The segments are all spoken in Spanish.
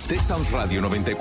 Tech Sounds Radio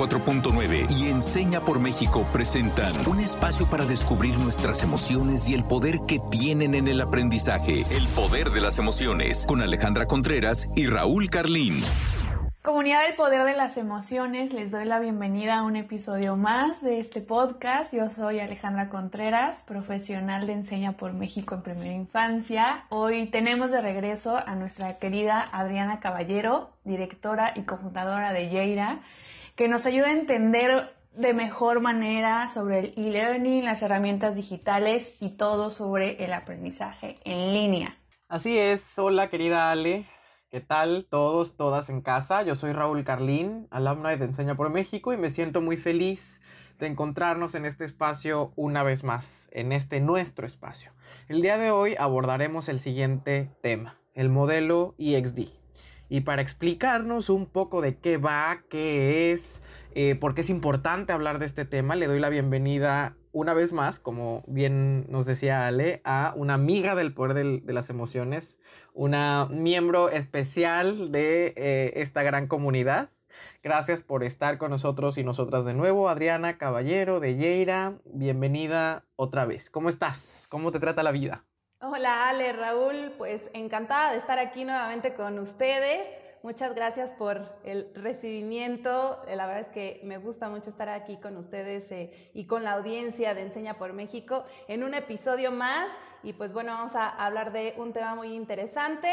94.9 y Enseña por México presentan un espacio para descubrir nuestras emociones y el poder que tienen en el aprendizaje. El poder de las emociones, con Alejandra Contreras y Raúl Carlín. Comunidad del Poder de las Emociones, les doy la bienvenida a un episodio más de este podcast. Yo soy Alejandra Contreras, profesional de Enseña por México en Primera Infancia. Hoy tenemos de regreso a nuestra querida Adriana Caballero, directora y cofundadora de Yeira, que nos ayuda a entender de mejor manera sobre el e-learning, las herramientas digitales y todo sobre el aprendizaje en línea. Así es, hola querida Ale. ¿Qué tal todos, todas en casa? Yo soy Raúl Carlín, alumni de Enseña por México, y me siento muy feliz de encontrarnos en este espacio una vez más, en este nuestro espacio. El día de hoy abordaremos el siguiente tema, el modelo EXD. Y para explicarnos un poco de qué va, qué es, por qué es importante hablar de este tema, le doy la bienvenida una vez más, como bien nos decía Ale, a una amiga del poder de las emociones, una miembro especial de esta gran comunidad. Gracias por estar con nosotros y nosotras de nuevo, Adriana Caballero de Yeira. Bienvenida otra vez. ¿Cómo estás? ¿Cómo te trata la vida? Hola Ale, Raúl, pues encantada de estar aquí nuevamente con ustedes. Muchas gracias por el recibimiento. La verdad es que me gusta mucho estar aquí con ustedes y con la audiencia de Enseña por México en un episodio más. Y pues bueno, vamos a hablar de un tema muy interesante.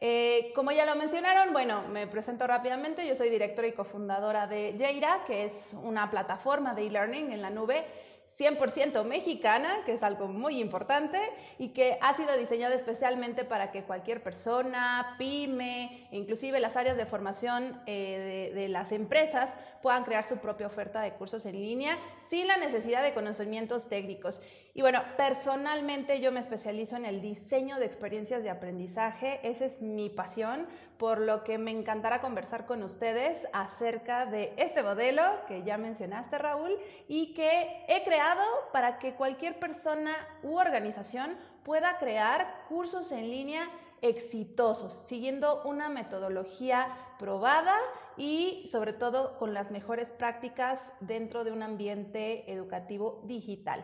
Como ya lo mencionaron, bueno, me presento rápidamente. Yo soy directora y cofundadora de Yeira, que es una plataforma de e-learning en la nube 100% mexicana, que es algo muy importante y que ha sido diseñada especialmente para que cualquier persona, pyme, inclusive las áreas de formación de las empresas puedan crear su propia oferta de cursos en línea sin la necesidad de conocimientos técnicos. Y bueno, personalmente yo me especializo en el diseño de experiencias de aprendizaje. Esa es mi pasión, por lo que me encantará conversar con ustedes acerca de este modelo que ya mencionaste, Raúl, y que he creado para que cualquier persona u organización pueda crear cursos en línea exitosos, siguiendo una metodología probada y sobre todo con las mejores prácticas dentro de un ambiente educativo digital.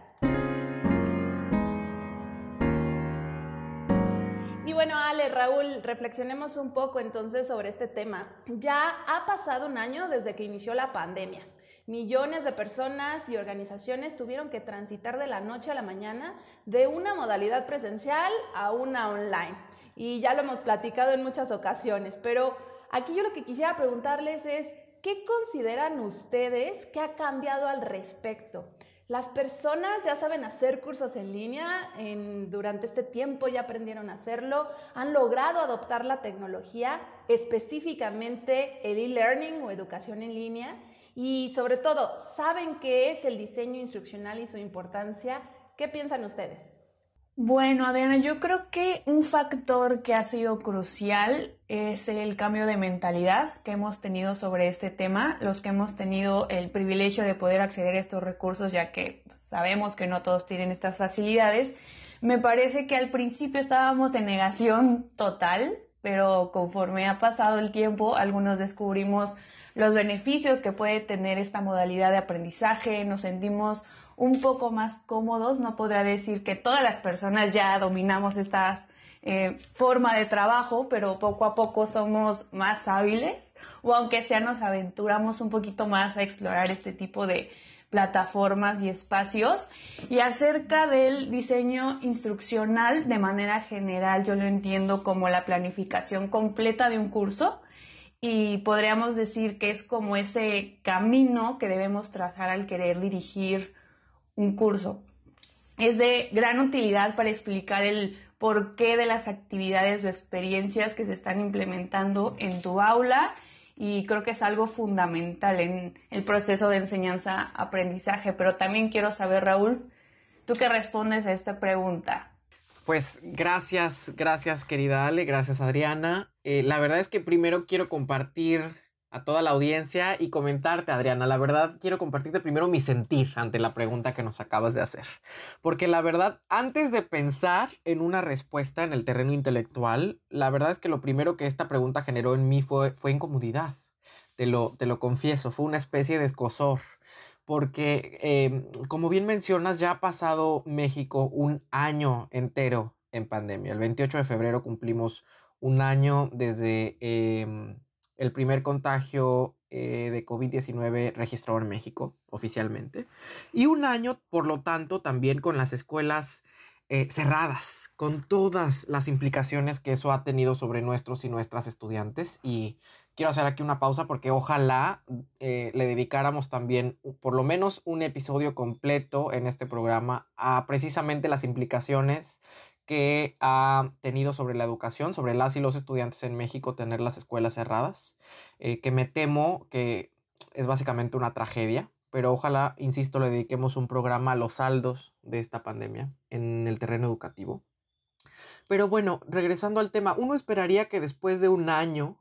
Y bueno, Ale, Raúl, reflexionemos un poco entonces sobre este tema. Ya ha pasado un año desde que inició la pandemia. Millones de personas y organizaciones tuvieron que transitar de la noche a la mañana de una modalidad presencial a una online. Y ya lo hemos platicado en muchas ocasiones, pero aquí yo lo que quisiera preguntarles es, ¿qué consideran ustedes que ha cambiado al respecto? ¿Las personas ya saben hacer cursos en línea? Durante este tiempo ya aprendieron a hacerlo. ¿Han logrado adoptar la tecnología, específicamente el e-learning o educación en línea? Y sobre todo, ¿saben qué es el diseño instruccional y su importancia? ¿Qué piensan ustedes? Bueno, Adriana, yo creo que un factor que ha sido crucial es el cambio de mentalidad que hemos tenido sobre este tema, los que hemos tenido el privilegio de poder acceder a estos recursos, ya que sabemos que no todos tienen estas facilidades. Me parece que al principio estábamos en negación total, pero conforme ha pasado el tiempo, algunos descubrimos los beneficios que puede tener esta modalidad de aprendizaje, nos sentimos un poco más cómodos. No podría decir que todas las personas ya dominamos esta forma de trabajo, pero poco a poco somos más hábiles, o aunque sea nos aventuramos un poquito más a explorar este tipo de plataformas y espacios. Y acerca del diseño instruccional, de manera general, yo lo entiendo como la planificación completa de un curso, y podríamos decir que es como ese camino que debemos trazar al querer dirigir un curso. Es de gran utilidad para explicar el porqué de las actividades o experiencias que se están implementando en tu aula, y creo que es algo fundamental en el proceso de enseñanza-aprendizaje. Pero también quiero saber, Raúl, ¿tú qué respondes a esta pregunta? Pues gracias querida Ale, gracias Adriana. La verdad es que primero quiero compartir a toda la audiencia y comentarte, Adriana, la verdad quiero compartirte primero mi sentir ante la pregunta que nos acabas de hacer. Porque la verdad, antes de pensar en una respuesta en el terreno intelectual, la verdad es que lo primero que esta pregunta generó en mí fue incomodidad. te lo confieso, fue una especie de escozor, porque como bien mencionas, ya ha pasado México un año entero en pandemia. El 28 de febrero cumplimos un año desde el primer contagio de COVID-19 registrado en México oficialmente, y un año, por lo tanto, también con las escuelas cerradas, con todas las implicaciones que eso ha tenido sobre nuestros y nuestras estudiantes. Y quiero hacer aquí una pausa porque ojalá le dedicáramos también por lo menos un episodio completo en este programa a precisamente las implicaciones que ha tenido sobre la educación, sobre las y los estudiantes en México tener las escuelas cerradas, que me temo que es básicamente una tragedia. Pero ojalá, insisto, le dediquemos un programa a los saldos de esta pandemia en el terreno educativo. Pero bueno, regresando al tema, uno esperaría que después de un año,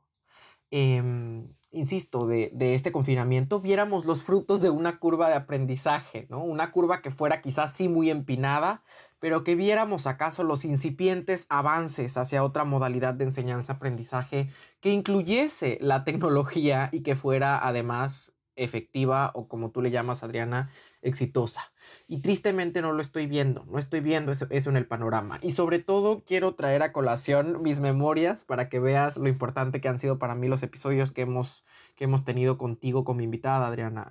insisto, de este confinamiento, viéramos los frutos de una curva de aprendizaje, ¿no? Una curva que fuera quizás sí muy empinada, pero que viéramos acaso los incipientes avances hacia otra modalidad de enseñanza-aprendizaje que incluyese la tecnología y que fuera además efectiva, o como tú le llamas, Adriana, exitosa. Y tristemente no lo estoy viendo, no estoy viendo eso en el panorama. Y sobre todo quiero traer a colación mis memorias para que veas lo importante que han sido para mí los episodios que hemos tenido contigo como invitada, Adriana,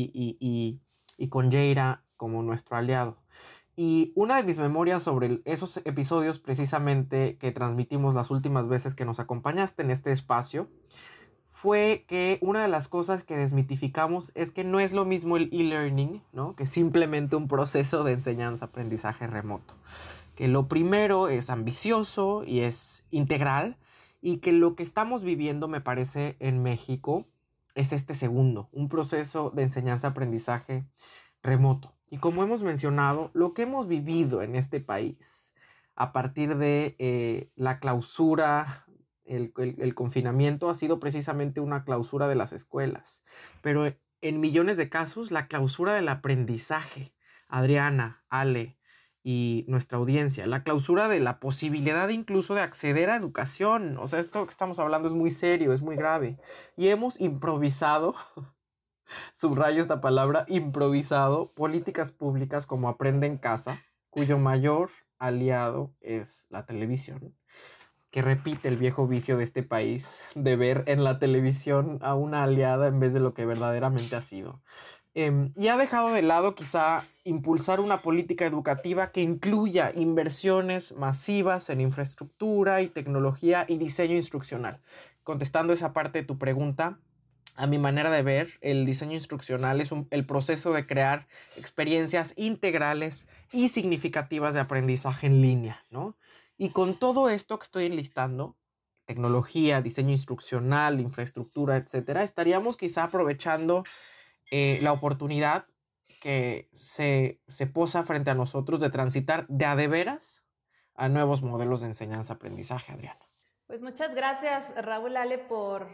y con Jaira como nuestro aliado. Y una de mis memorias sobre esos episodios precisamente que transmitimos las últimas veces que nos acompañaste en este espacio fue que una de las cosas que desmitificamos es que no es lo mismo el e-learning, ¿no?, que simplemente un proceso de enseñanza-aprendizaje remoto. Que lo primero es ambicioso y es integral, y que lo que estamos viviendo, me parece, en México es este segundo, un proceso de enseñanza-aprendizaje remoto. Y como hemos mencionado, lo que hemos vivido en este país a partir de la clausura, el confinamiento, ha sido precisamente una clausura de las escuelas, pero en millones de casos la clausura del aprendizaje. Adriana, Ale y nuestra audiencia, la clausura de la posibilidad incluso de acceder a educación. O sea, esto que estamos hablando es muy serio, es muy grave, y hemos improvisado, subrayo esta palabra, improvisado, políticas públicas como Aprende en Casa, cuyo mayor aliado es la televisión, que repite el viejo vicio de este país de ver en la televisión a una aliada en vez de lo que verdaderamente ha sido. Y ha dejado de lado quizá impulsar una política educativa que incluya inversiones masivas en infraestructura y tecnología y diseño instruccional. Contestando esa parte de tu pregunta, a mi manera de ver, el diseño instruccional es el proceso de crear experiencias integrales y significativas de aprendizaje en línea, ¿no? Y con todo esto que estoy enlistando, tecnología, diseño instruccional, infraestructura, etcétera, estaríamos quizá aprovechando la oportunidad que se posa frente a nosotros de transitar de a de veras a nuevos modelos de enseñanza-aprendizaje, Adriana. Pues muchas gracias, Raúl, Ale, por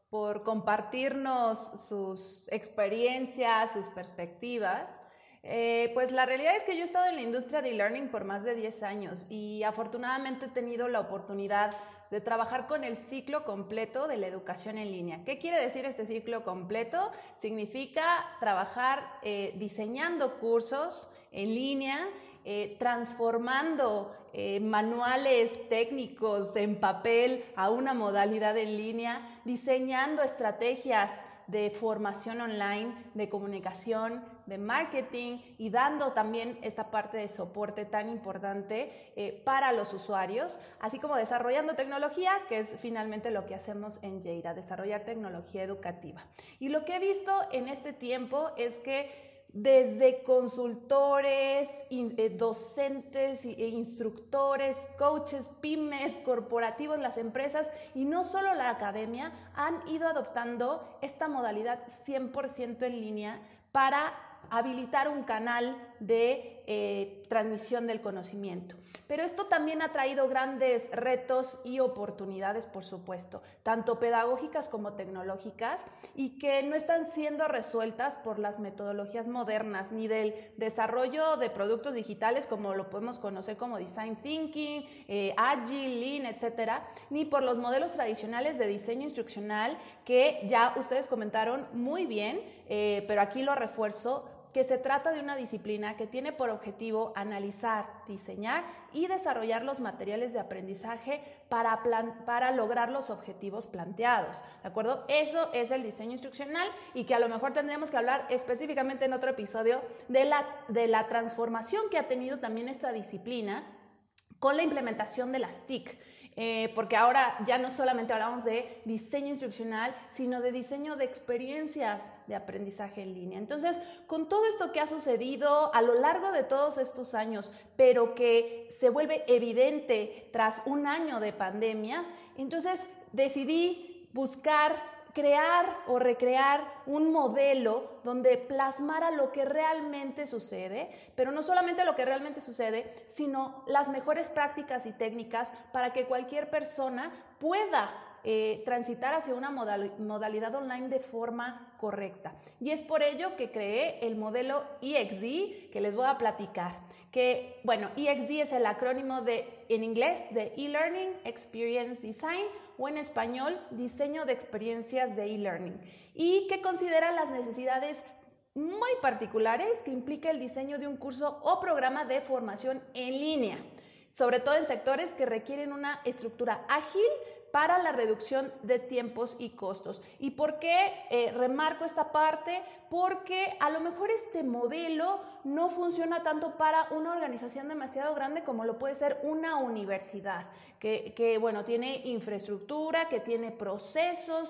compartirnos sus experiencias, sus perspectivas. Pues la realidad es que yo he estado en la industria de e-learning por más de 10 años y afortunadamente he tenido la oportunidad de trabajar con el ciclo completo de la educación en línea. ¿Qué quiere decir este ciclo completo? Significa trabajar diseñando cursos en línea, transformando manuales técnicos en papel a una modalidad en línea, diseñando estrategias de formación online, de comunicación, de marketing, y dando también esta parte de soporte tan importante para los usuarios, así como desarrollando tecnología, que es finalmente lo que hacemos en Jaira, desarrollar tecnología educativa. Y lo que he visto en este tiempo es que desde consultores, docentes, instructores, coaches, pymes, corporativos, las empresas y no solo la academia han ido adoptando esta modalidad 100% en línea para habilitar un canal de transmisión del conocimiento. Pero esto también ha traído grandes retos y oportunidades, por supuesto, tanto pedagógicas como tecnológicas, y que no están siendo resueltas por las metodologías modernas, ni del desarrollo de productos digitales, como lo podemos conocer como Design Thinking, Agile, Lean, etcétera, ni por los modelos tradicionales de diseño instruccional, que ya ustedes comentaron muy bien, pero aquí lo refuerzo, que se trata de una disciplina que tiene por objetivo analizar, diseñar y desarrollar los materiales de aprendizaje para lograr los objetivos planteados, ¿de acuerdo? Eso es el diseño instruccional, y que a lo mejor tendríamos que hablar específicamente en otro episodio de la transformación que ha tenido también esta disciplina con la implementación de las TIC. Porque ahora ya no solamente hablamos de diseño instruccional, sino de diseño de experiencias de aprendizaje en línea. Entonces, con todo esto que ha sucedido a lo largo de todos estos años, pero que se vuelve evidente tras un año de pandemia, entonces decidí crear o recrear un modelo donde plasmara lo que realmente sucede, pero no solamente lo que realmente sucede, sino las mejores prácticas y técnicas para que cualquier persona pueda transitar hacia una modalidad online de forma correcta. Y es por ello que creé el modelo EXD, que les voy a platicar. Que, bueno, EXD es el acrónimo en inglés de E-Learning Experience Design, o en español, Diseño de Experiencias de E-Learning, y que considera las necesidades muy particulares que implica el diseño de un curso o programa de formación en línea, sobre todo en sectores que requieren una estructura ágil para la reducción de tiempos y costos. ¿Y por qué remarco esta parte? Porque a lo mejor este modelo no funciona tanto para una organización demasiado grande como lo puede ser una universidad, que bueno, tiene infraestructura, que tiene procesos,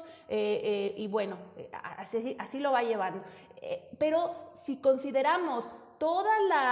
y bueno, así lo va llevando. Pero si consideramos toda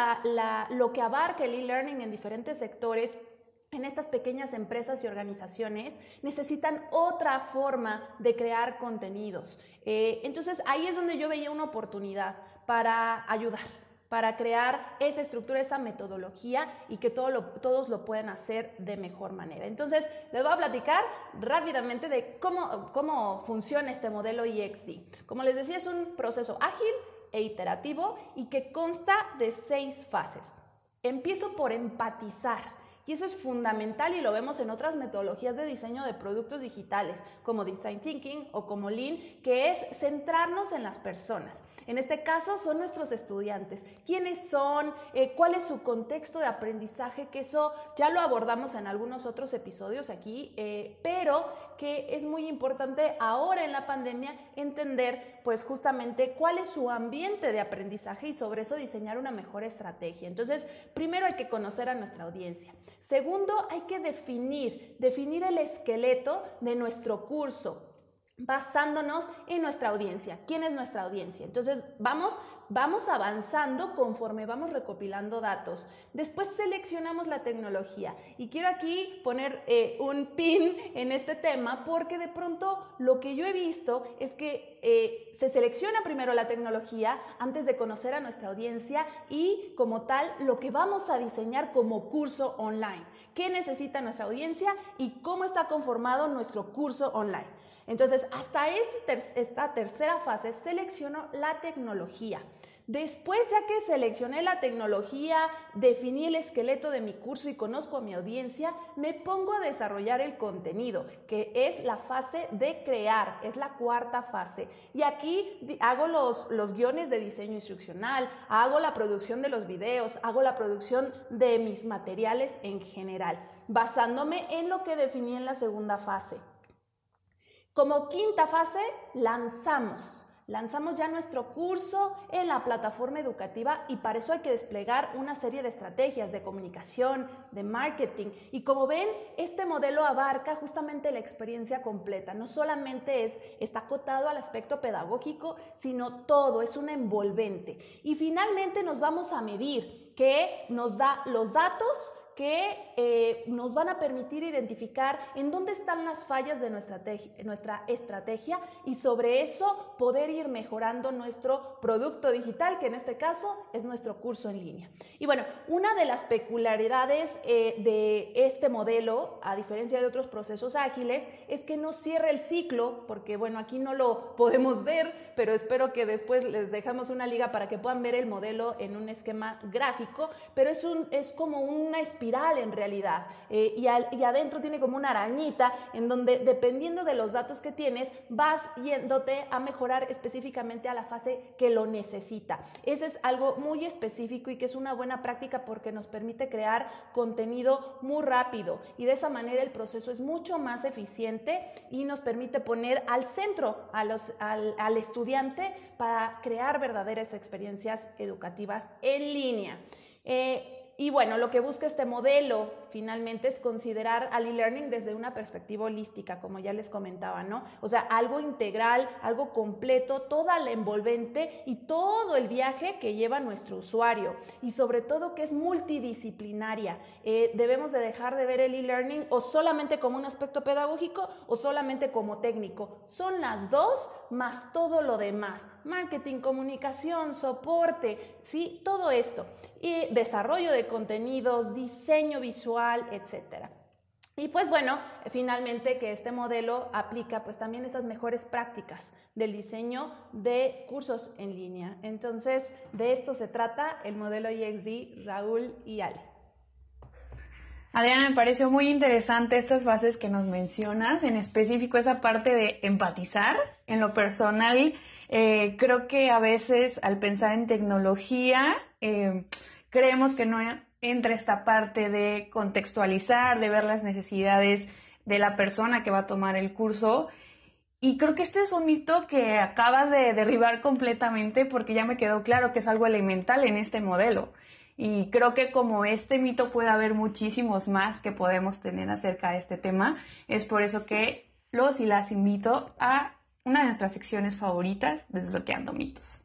lo que abarca el e-learning en diferentes sectores, en estas pequeñas empresas y organizaciones necesitan otra forma de crear contenidos. Entonces ahí es donde yo veía una oportunidad para ayudar, para crear esa estructura, esa metodología, y que todos lo puedan hacer de mejor manera. Entonces les voy a platicar rápidamente de cómo funciona este modelo EXD. Como les decía, es un proceso ágil e iterativo y que consta de 6 fases. Empiezo por empatizar. Y eso es fundamental, y lo vemos en otras metodologías de diseño de productos digitales, como Design Thinking o como Lean, que es centrarnos en las personas. En este caso son nuestros estudiantes. ¿Quiénes son? ¿Cuál es su contexto de aprendizaje? Que eso ya lo abordamos en algunos otros episodios aquí, pero que es muy importante ahora en la pandemia entender pues justamente cuál es su ambiente de aprendizaje, y sobre eso diseñar una mejor estrategia. Entonces, primero hay que conocer a nuestra audiencia. Segundo, hay que definir el esqueleto de nuestro curso, basándonos en nuestra audiencia. ¿Quién es nuestra audiencia? Entonces vamos avanzando conforme vamos recopilando datos. Después seleccionamos la tecnología, y quiero aquí poner un pin en este tema, porque de pronto lo que yo he visto es que se selecciona primero la tecnología antes de conocer a nuestra audiencia y como tal lo que vamos a diseñar como curso online. ¿Qué necesita nuestra audiencia y cómo está conformado nuestro curso online? Entonces, hasta esta tercera fase selecciono la tecnología. Después, ya que seleccioné la tecnología, definí el esqueleto de mi curso y conozco a mi audiencia, me pongo a desarrollar el contenido, que es la fase de crear, es la cuarta fase. Y aquí hago los guiones de diseño instruccional, hago la producción de los videos, hago la producción de mis materiales en general, basándome en lo que definí en la segunda fase. Como quinta fase, lanzamos ya nuestro curso en la plataforma educativa, y para eso hay que desplegar una serie de estrategias de comunicación, de marketing. Y como ven, este modelo abarca justamente la experiencia completa. No solamente está acotado al aspecto pedagógico, sino todo, es un envolvente. Y finalmente nos vamos a medir, que nos da los datos que nos van a permitir identificar en dónde están las fallas de nuestra estrategia y sobre eso poder ir mejorando nuestro producto digital, que en este caso es nuestro curso en línea. Y bueno, una de las peculiaridades de este modelo, a diferencia de otros procesos ágiles, es que no cierra el ciclo, porque bueno, aquí no lo podemos ver, pero espero que después les dejamos una liga para que puedan ver el modelo en un esquema gráfico, pero es como una espiral en realidad, y adentro tiene como una arañita en donde, dependiendo de los datos que tienes, vas yéndote a mejorar específicamente a la fase que lo necesita. Ese es algo muy específico y que es una buena práctica porque nos permite crear contenido muy rápido, y de esa manera el proceso es mucho más eficiente y nos permite poner al centro al estudiante para crear verdaderas experiencias educativas en línea. Y bueno, lo que busca este modelo finalmente es considerar al e-learning desde una perspectiva holística, como ya les comentaba, ¿no? O sea, algo integral, algo completo, toda la envolvente y todo el viaje que lleva nuestro usuario, y sobre todo que es multidisciplinaria. Debemos de dejar de ver el e-learning o solamente como un aspecto pedagógico o solamente como técnico. Son las dos más todo lo demás: marketing, comunicación, soporte, ¿sí? Todo esto. Y desarrollo de contenidos, diseño visual, etcétera. Y pues bueno, finalmente que este modelo aplica pues también esas mejores prácticas del diseño de cursos en línea. Entonces, de esto se trata el modelo EXD, Raúl y Ale. Adriana, me pareció muy interesante estas bases que nos mencionas, en específico esa parte de empatizar. En lo personal, creo que a veces al pensar en tecnología, creemos que no entra esta parte de contextualizar, de ver las necesidades de la persona que va a tomar el curso. Y creo que este es un mito que acabas de derribar completamente, porque ya me quedó claro que es algo elemental en este modelo. Y creo que como este mito puede haber muchísimos más que podemos tener acerca de este tema. Es por eso que los y las invito a una de nuestras secciones favoritas, Desbloqueando Mitos.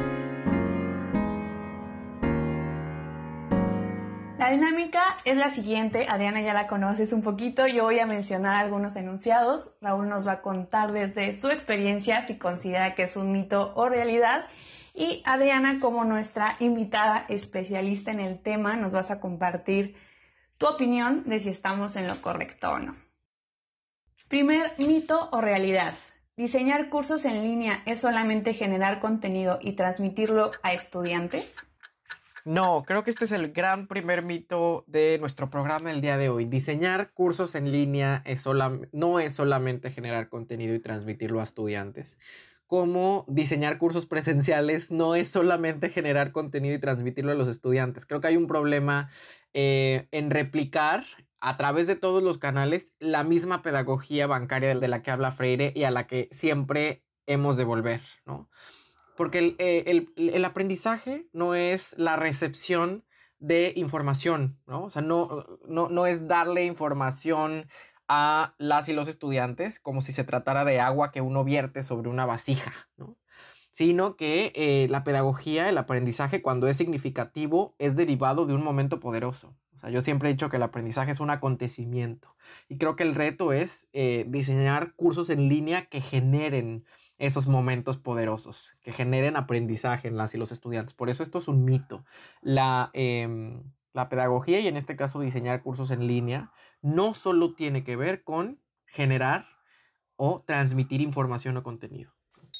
La dinámica es la siguiente. Adriana ya la conoces un poquito, yo voy a mencionar algunos enunciados, Raúl nos va a contar desde su experiencia si considera que es un mito o realidad, y Adriana, como nuestra invitada especialista en el tema, nos vas a compartir tu opinión de si estamos en lo correcto o no. Primer mito o realidad: ¿diseñar cursos en línea es solamente generar contenido y transmitirlo a estudiantes? No, creo que este es el gran primer mito de nuestro programa el día de hoy. Diseñar cursos en línea no es solamente generar contenido y transmitirlo a estudiantes. Como diseñar cursos presenciales no es solamente generar contenido y transmitirlo a los estudiantes. Creo que hay un problema en replicar a través de todos los canales la misma pedagogía bancaria de la que habla Freire y a la que siempre hemos de volver, ¿no? Porque el aprendizaje no es la recepción de información, ¿no? O sea, no es darle información a las y los estudiantes como si se tratara de agua que uno vierte sobre una vasija, ¿no? Sino que la pedagogía, el aprendizaje, cuando es significativo, es derivado de un momento poderoso. O sea, yo siempre he dicho que el aprendizaje es un acontecimiento. Y creo que el reto es diseñar cursos en línea que generen esos momentos poderosos, que generen aprendizaje en las y los estudiantes. Por eso esto es un mito. La pedagogía, y en este caso diseñar cursos en línea, no solo tiene que ver con generar o transmitir información o contenido.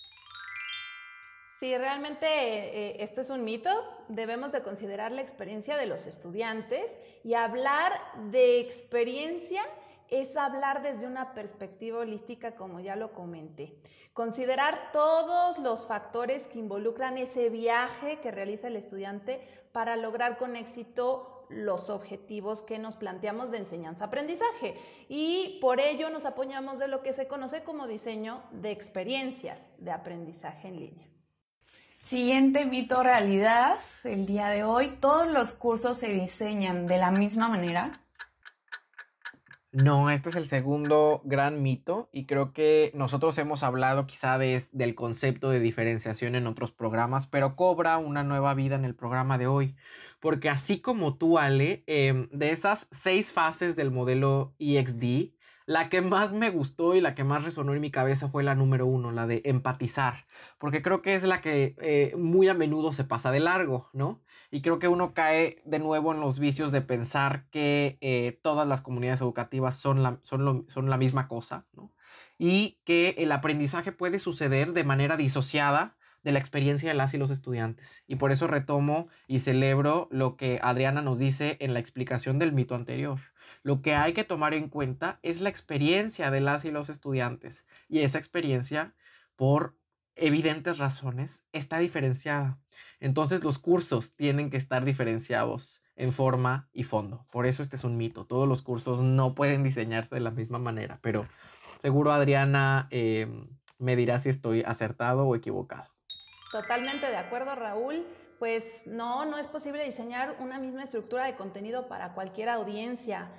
Sí, realmente esto es un mito. Debemos de considerar la experiencia de los estudiantes, y hablar de experiencia es hablar desde una perspectiva holística, como ya lo comenté. Considerar todos los factores que involucran ese viaje que realiza el estudiante para lograr con éxito los objetivos que nos planteamos de enseñanza-aprendizaje. Y por ello nos apoyamos de lo que se conoce como diseño de experiencias de aprendizaje en línea. Siguiente mito o realidad el día de hoy: ¿todos los cursos se diseñan de la misma manera? No, este es el segundo gran mito y creo que nosotros hemos hablado quizá del concepto de diferenciación en otros programas, pero cobra una nueva vida en el programa de hoy, porque así como tú, Ale, de esas 6 fases del modelo EXD, la que más me gustó y la que más resonó en mi cabeza fue la número 1, la de empatizar, porque creo que es la que muy a menudo se pasa de largo, ¿no? Y creo que uno cae de nuevo en los vicios de pensar que todas las comunidades educativas son la misma cosa, ¿no? Y que el aprendizaje puede suceder de manera disociada de la experiencia de las y los estudiantes. Y por eso retomo y celebro lo que Adriana nos dice en la explicación del mito anterior. Lo que hay que tomar en cuenta es la experiencia de las y los estudiantes. Y esa experiencia, por evidentes razones, está diferenciada. Entonces los cursos tienen que estar diferenciados en forma y fondo. Por eso este es un mito. Todos los cursos no pueden diseñarse de la misma manera, pero seguro Adriana me dirá si estoy acertado o equivocado. Totalmente de acuerdo, Raúl. Pues no es posible diseñar una misma estructura de contenido para cualquier audiencia.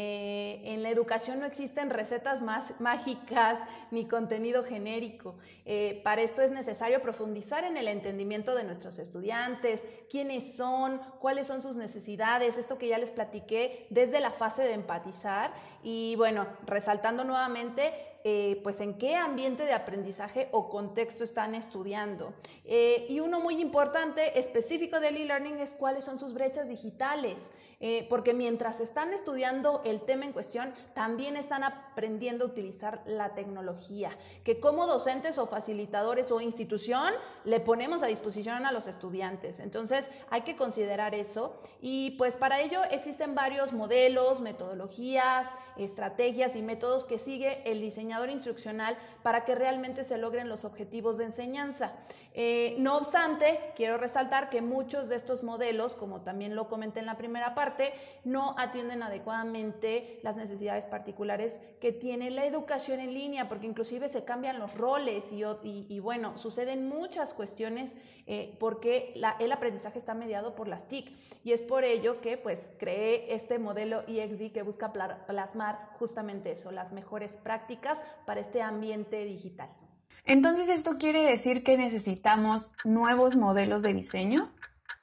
En la educación no existen recetas más mágicas ni contenido genérico. Para esto es necesario profundizar en el entendimiento de nuestros estudiantes, quiénes son, cuáles son sus necesidades, esto que ya les platiqué desde la fase de empatizar y bueno, resaltando nuevamente pues en qué ambiente de aprendizaje o contexto están estudiando. Y uno muy importante, específico del e-learning, es cuáles son sus brechas digitales. Porque mientras están estudiando el tema en cuestión, también están aprendiendo a utilizar la tecnología, que como docentes o facilitadores o institución le ponemos a disposición a los estudiantes. Entonces hay que considerar eso y pues para ello existen varios modelos, metodologías, estrategias y métodos que sigue el diseñador instruccional para que realmente se logren los objetivos de enseñanza. No obstante, quiero resaltar que muchos de estos modelos, como también lo comenté en la primera parte, no atienden adecuadamente las necesidades particulares que tiene la educación en línea, porque inclusive se cambian los roles y bueno, suceden muchas cuestiones porque el aprendizaje está mediado por las TIC y es por ello que pues creé este modelo EXD que busca plasmar justamente eso, las mejores prácticas para este ambiente digital. Entonces, ¿esto quiere decir que necesitamos nuevos modelos de diseño?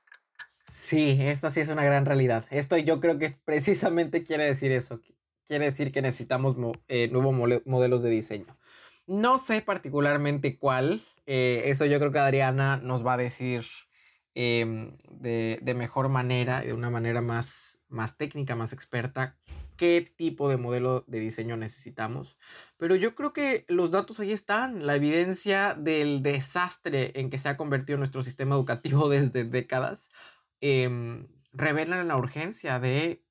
Sí, esta sí es una gran realidad. Esto yo creo que precisamente quiere decir eso. Quiere decir que necesitamos nuevos modelos de diseño. No sé particularmente cuál. Eso yo creo que Adriana nos va a decir de mejor manera, de una manera más técnica, más experta, qué tipo de modelo de diseño necesitamos. Pero yo creo que los datos ahí están. La evidencia del desastre en que se ha convertido nuestro sistema educativo desde décadas revelan la urgencia de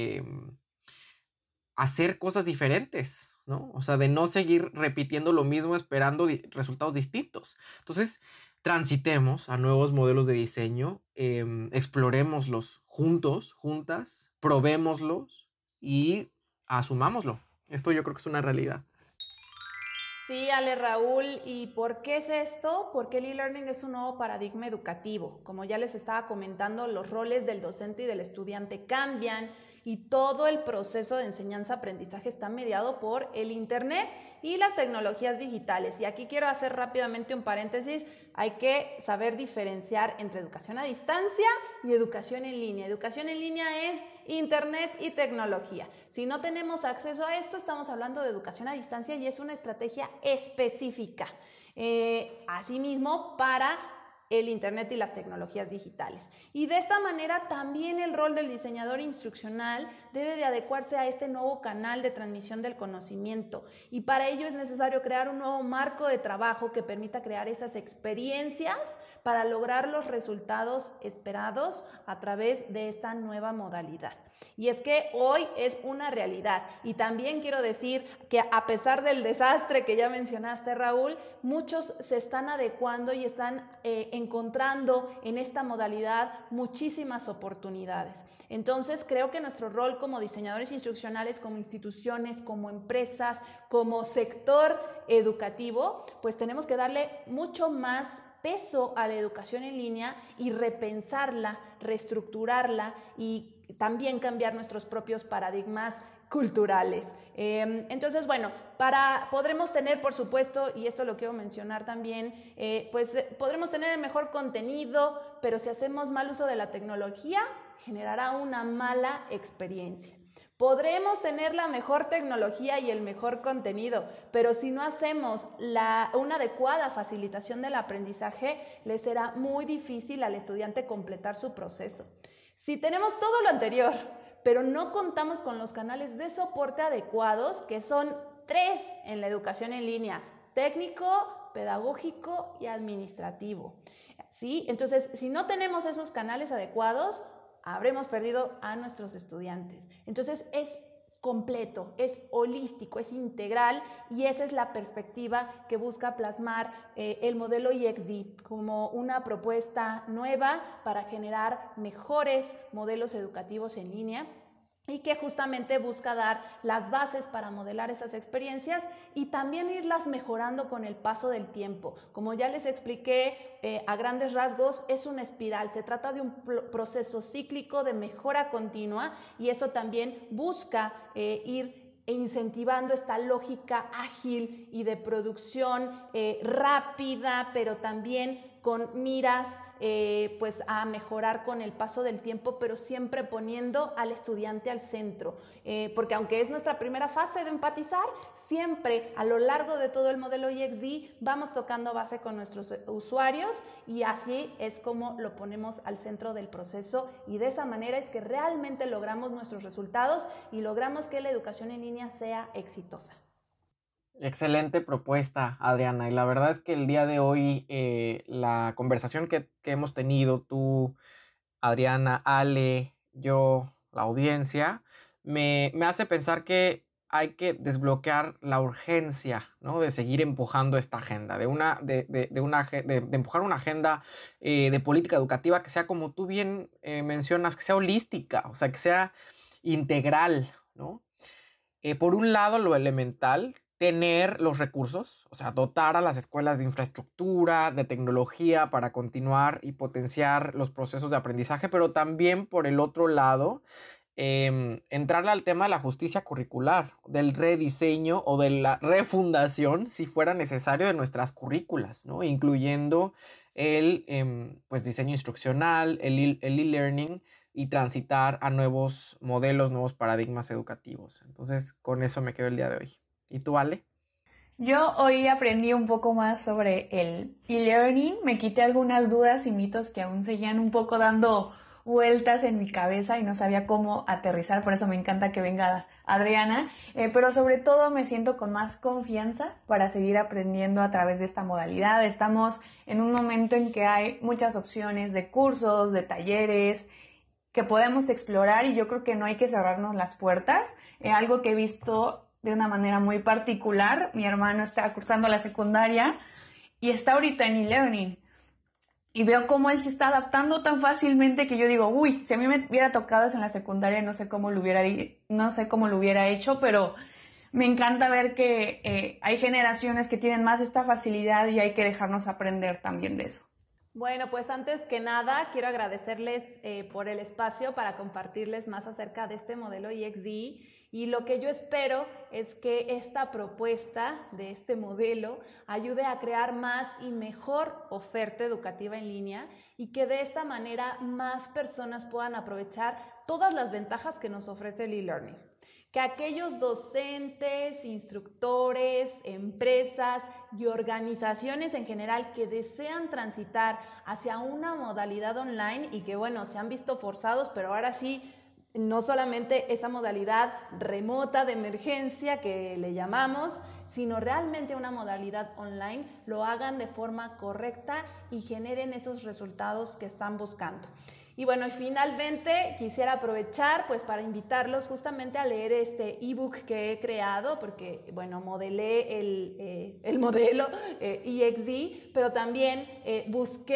hacer cosas diferentes, ¿no? O sea, de no seguir repitiendo lo mismo esperando resultados distintos. Entonces, transitemos a nuevos modelos de diseño, explorémoslos juntos, juntas, probémoslos y asumámoslo. Esto yo creo que es una realidad. Sí, Ale, Raúl, ¿y por qué es esto? Porque el e-learning es un nuevo paradigma educativo. Como ya les estaba comentando, los roles del docente y del estudiante cambian y todo el proceso de enseñanza-aprendizaje está mediado por el Internet y las tecnologías digitales. Y aquí quiero hacer rápidamente un paréntesis. Hay que saber diferenciar entre educación a distancia y educación en línea. Educación en línea es Internet y tecnología. Si no tenemos acceso a esto, estamos hablando de educación a distancia y es una estrategia específica. Asimismo, para el Internet y las tecnologías digitales. Y de esta manera también el rol del diseñador instruccional debe de adecuarse a este nuevo canal de transmisión del conocimiento y para ello es necesario crear un nuevo marco de trabajo que permita crear esas experiencias para lograr los resultados esperados a través de esta nueva modalidad. Y es que hoy es una realidad y también quiero decir que a pesar del desastre que ya mencionaste, Raúl, muchos se están adecuando y están encontrando en esta modalidad muchísimas oportunidades. Entonces creo que nuestro rol como diseñadores instruccionales, como instituciones, como empresas, como sector educativo, pues tenemos que darle mucho más peso a la educación en línea y repensarla, reestructurarla y también cambiar nuestros propios paradigmas culturales. Entonces, bueno, podremos tener, por supuesto, y esto lo quiero mencionar también, podremos tener el mejor contenido, pero si hacemos mal uso de la tecnología, generará una mala experiencia. Podremos tener la mejor tecnología y el mejor contenido, pero si no hacemos una adecuada facilitación del aprendizaje, le será muy difícil al estudiante completar su proceso. Si tenemos todo lo anterior, pero no contamos con los canales de soporte adecuados, que son 3 en la educación en línea: técnico, pedagógico y administrativo. ¿Sí? Entonces, si no tenemos esos canales adecuados, habremos perdido a nuestros estudiantes. Entonces, es completo, es holístico, es integral, y esa es la perspectiva que busca plasmar el modelo EXD como una propuesta nueva para generar mejores modelos educativos en línea, y que justamente busca dar las bases para modelar esas experiencias y también irlas mejorando con el paso del tiempo. Como ya les expliqué, a grandes rasgos es una espiral, se trata de un proceso cíclico de mejora continua, y eso también busca ir incentivando esta lógica ágil y de producción rápida, pero también con miras a mejorar con el paso del tiempo, pero siempre poniendo al estudiante al centro, porque aunque es nuestra primera fase de empatizar, siempre a lo largo de todo el modelo EXD vamos tocando base con nuestros usuarios, y así es como lo ponemos al centro del proceso, y de esa manera es que realmente logramos nuestros resultados y logramos que la educación en línea sea exitosa. Excelente propuesta, Adriana. Y la verdad es que el día de hoy la conversación que hemos tenido, tú, Adriana, Ale, yo, la audiencia, me hace pensar que hay que desbloquear la urgencia, ¿no?, de seguir empujando esta agenda, de empujar una agenda de política educativa que sea, como tú bien mencionas, que sea holística, o sea, que sea integral, ¿no? Por un lado, lo elemental, tener los recursos, o sea, dotar a las escuelas de infraestructura, de tecnología para continuar y potenciar los procesos de aprendizaje, pero también, por el otro lado, entrarle al tema de la justicia curricular, del rediseño o de la refundación, si fuera necesario, de nuestras currículas, ¿no?, incluyendo el diseño instruccional, el e-learning, y transitar a nuevos modelos, nuevos paradigmas educativos. Entonces, con eso me quedo el día de hoy. ¿Y tú, Ale? Yo hoy aprendí un poco más sobre el e-learning, me quité algunas dudas y mitos que aún seguían un poco dando vueltas en mi cabeza y no sabía cómo aterrizar, por eso me encanta que venga Adriana, pero sobre todo me siento con más confianza para seguir aprendiendo a través de esta modalidad. Estamos en un momento en que hay muchas opciones de cursos, de talleres que podemos explorar, y yo creo que no hay que cerrarnos las puertas. Algo que he visto de una manera muy particular, mi hermano está cursando la secundaria y está ahorita en e-learning, y veo cómo él se está adaptando tan fácilmente que yo digo, uy, si a mí me hubiera tocado eso en la secundaria, no sé cómo lo hubiera hecho, pero me encanta ver que hay generaciones que tienen más esta facilidad y hay que dejarnos aprender también de eso. Bueno, pues antes que nada quiero agradecerles por el espacio para compartirles más acerca de este modelo EXD, y lo que yo espero es que esta propuesta de este modelo ayude a crear más y mejor oferta educativa en línea, y que de esta manera más personas puedan aprovechar todas las ventajas que nos ofrece el e-learning. Que aquellos docentes, instructores, empresas y organizaciones en general que desean transitar hacia una modalidad online y que, bueno, se han visto forzados, pero ahora sí, no solamente esa modalidad remota de emergencia que le llamamos, sino realmente una modalidad online, lo hagan de forma correcta y generen esos resultados que están buscando. Y bueno, y finalmente quisiera aprovechar pues para invitarlos justamente a leer este ebook que he creado, porque bueno, modelé el modelo EXD, pero también busqué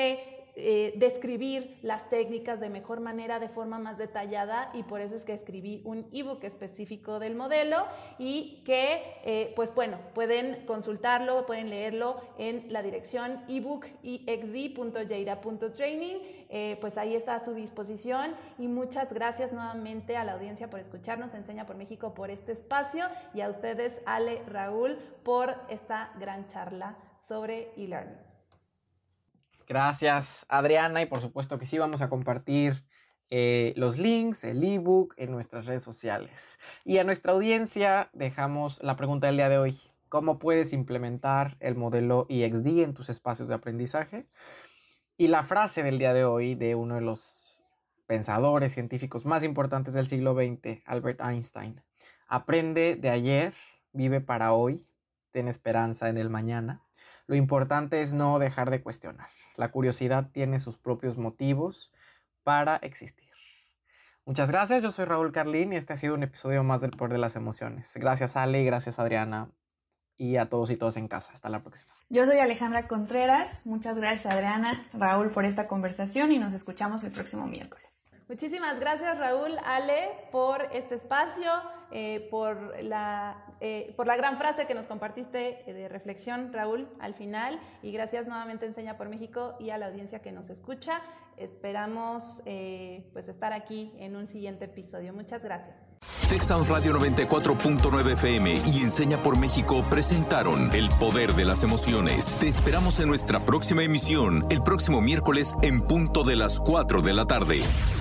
describir las técnicas de mejor manera, de forma más detallada, y por eso es que escribí un ebook específico del modelo y que, pues bueno, pueden consultarlo, pueden leerlo en la dirección ebookexd.yeira.training. Pues ahí está a su disposición, y muchas gracias nuevamente a la audiencia por escucharnos, Enseña por México, por este espacio, y a ustedes, Ale, Raúl, por esta gran charla sobre e-learning. Gracias, Adriana, y por supuesto que sí vamos a compartir los links, el ebook en nuestras redes sociales. Y a nuestra audiencia dejamos la pregunta del día de hoy: ¿cómo puedes implementar el modelo EXD en tus espacios de aprendizaje? Y la frase del día de hoy de uno de los pensadores científicos más importantes del siglo XX, Albert Einstein: aprende de ayer, vive para hoy, ten esperanza en el mañana. Lo importante es no dejar de cuestionar. La curiosidad tiene sus propios motivos para existir. Muchas gracias, yo soy Raúl Carlín y este ha sido un episodio más del Poder de las Emociones. Gracias, Ale, gracias, Adriana, y a todos y todas en casa. Hasta la próxima. Yo soy Alejandra Contreras. Muchas gracias, Adriana, Raúl, por esta conversación, y nos escuchamos el próximo miércoles. Muchísimas gracias, Raúl, Ale, por este espacio, por la gran frase que nos compartiste de reflexión, Raúl, al final. Y gracias nuevamente a Enseña por México y a la audiencia que nos escucha. Esperamos pues estar aquí en un siguiente episodio. Muchas gracias. Tech Sounds Radio 94.9 FM y Enseña por México presentaron El Poder de las Emociones. Te esperamos en nuestra próxima emisión, el próximo miércoles en punto de las 4 de la tarde.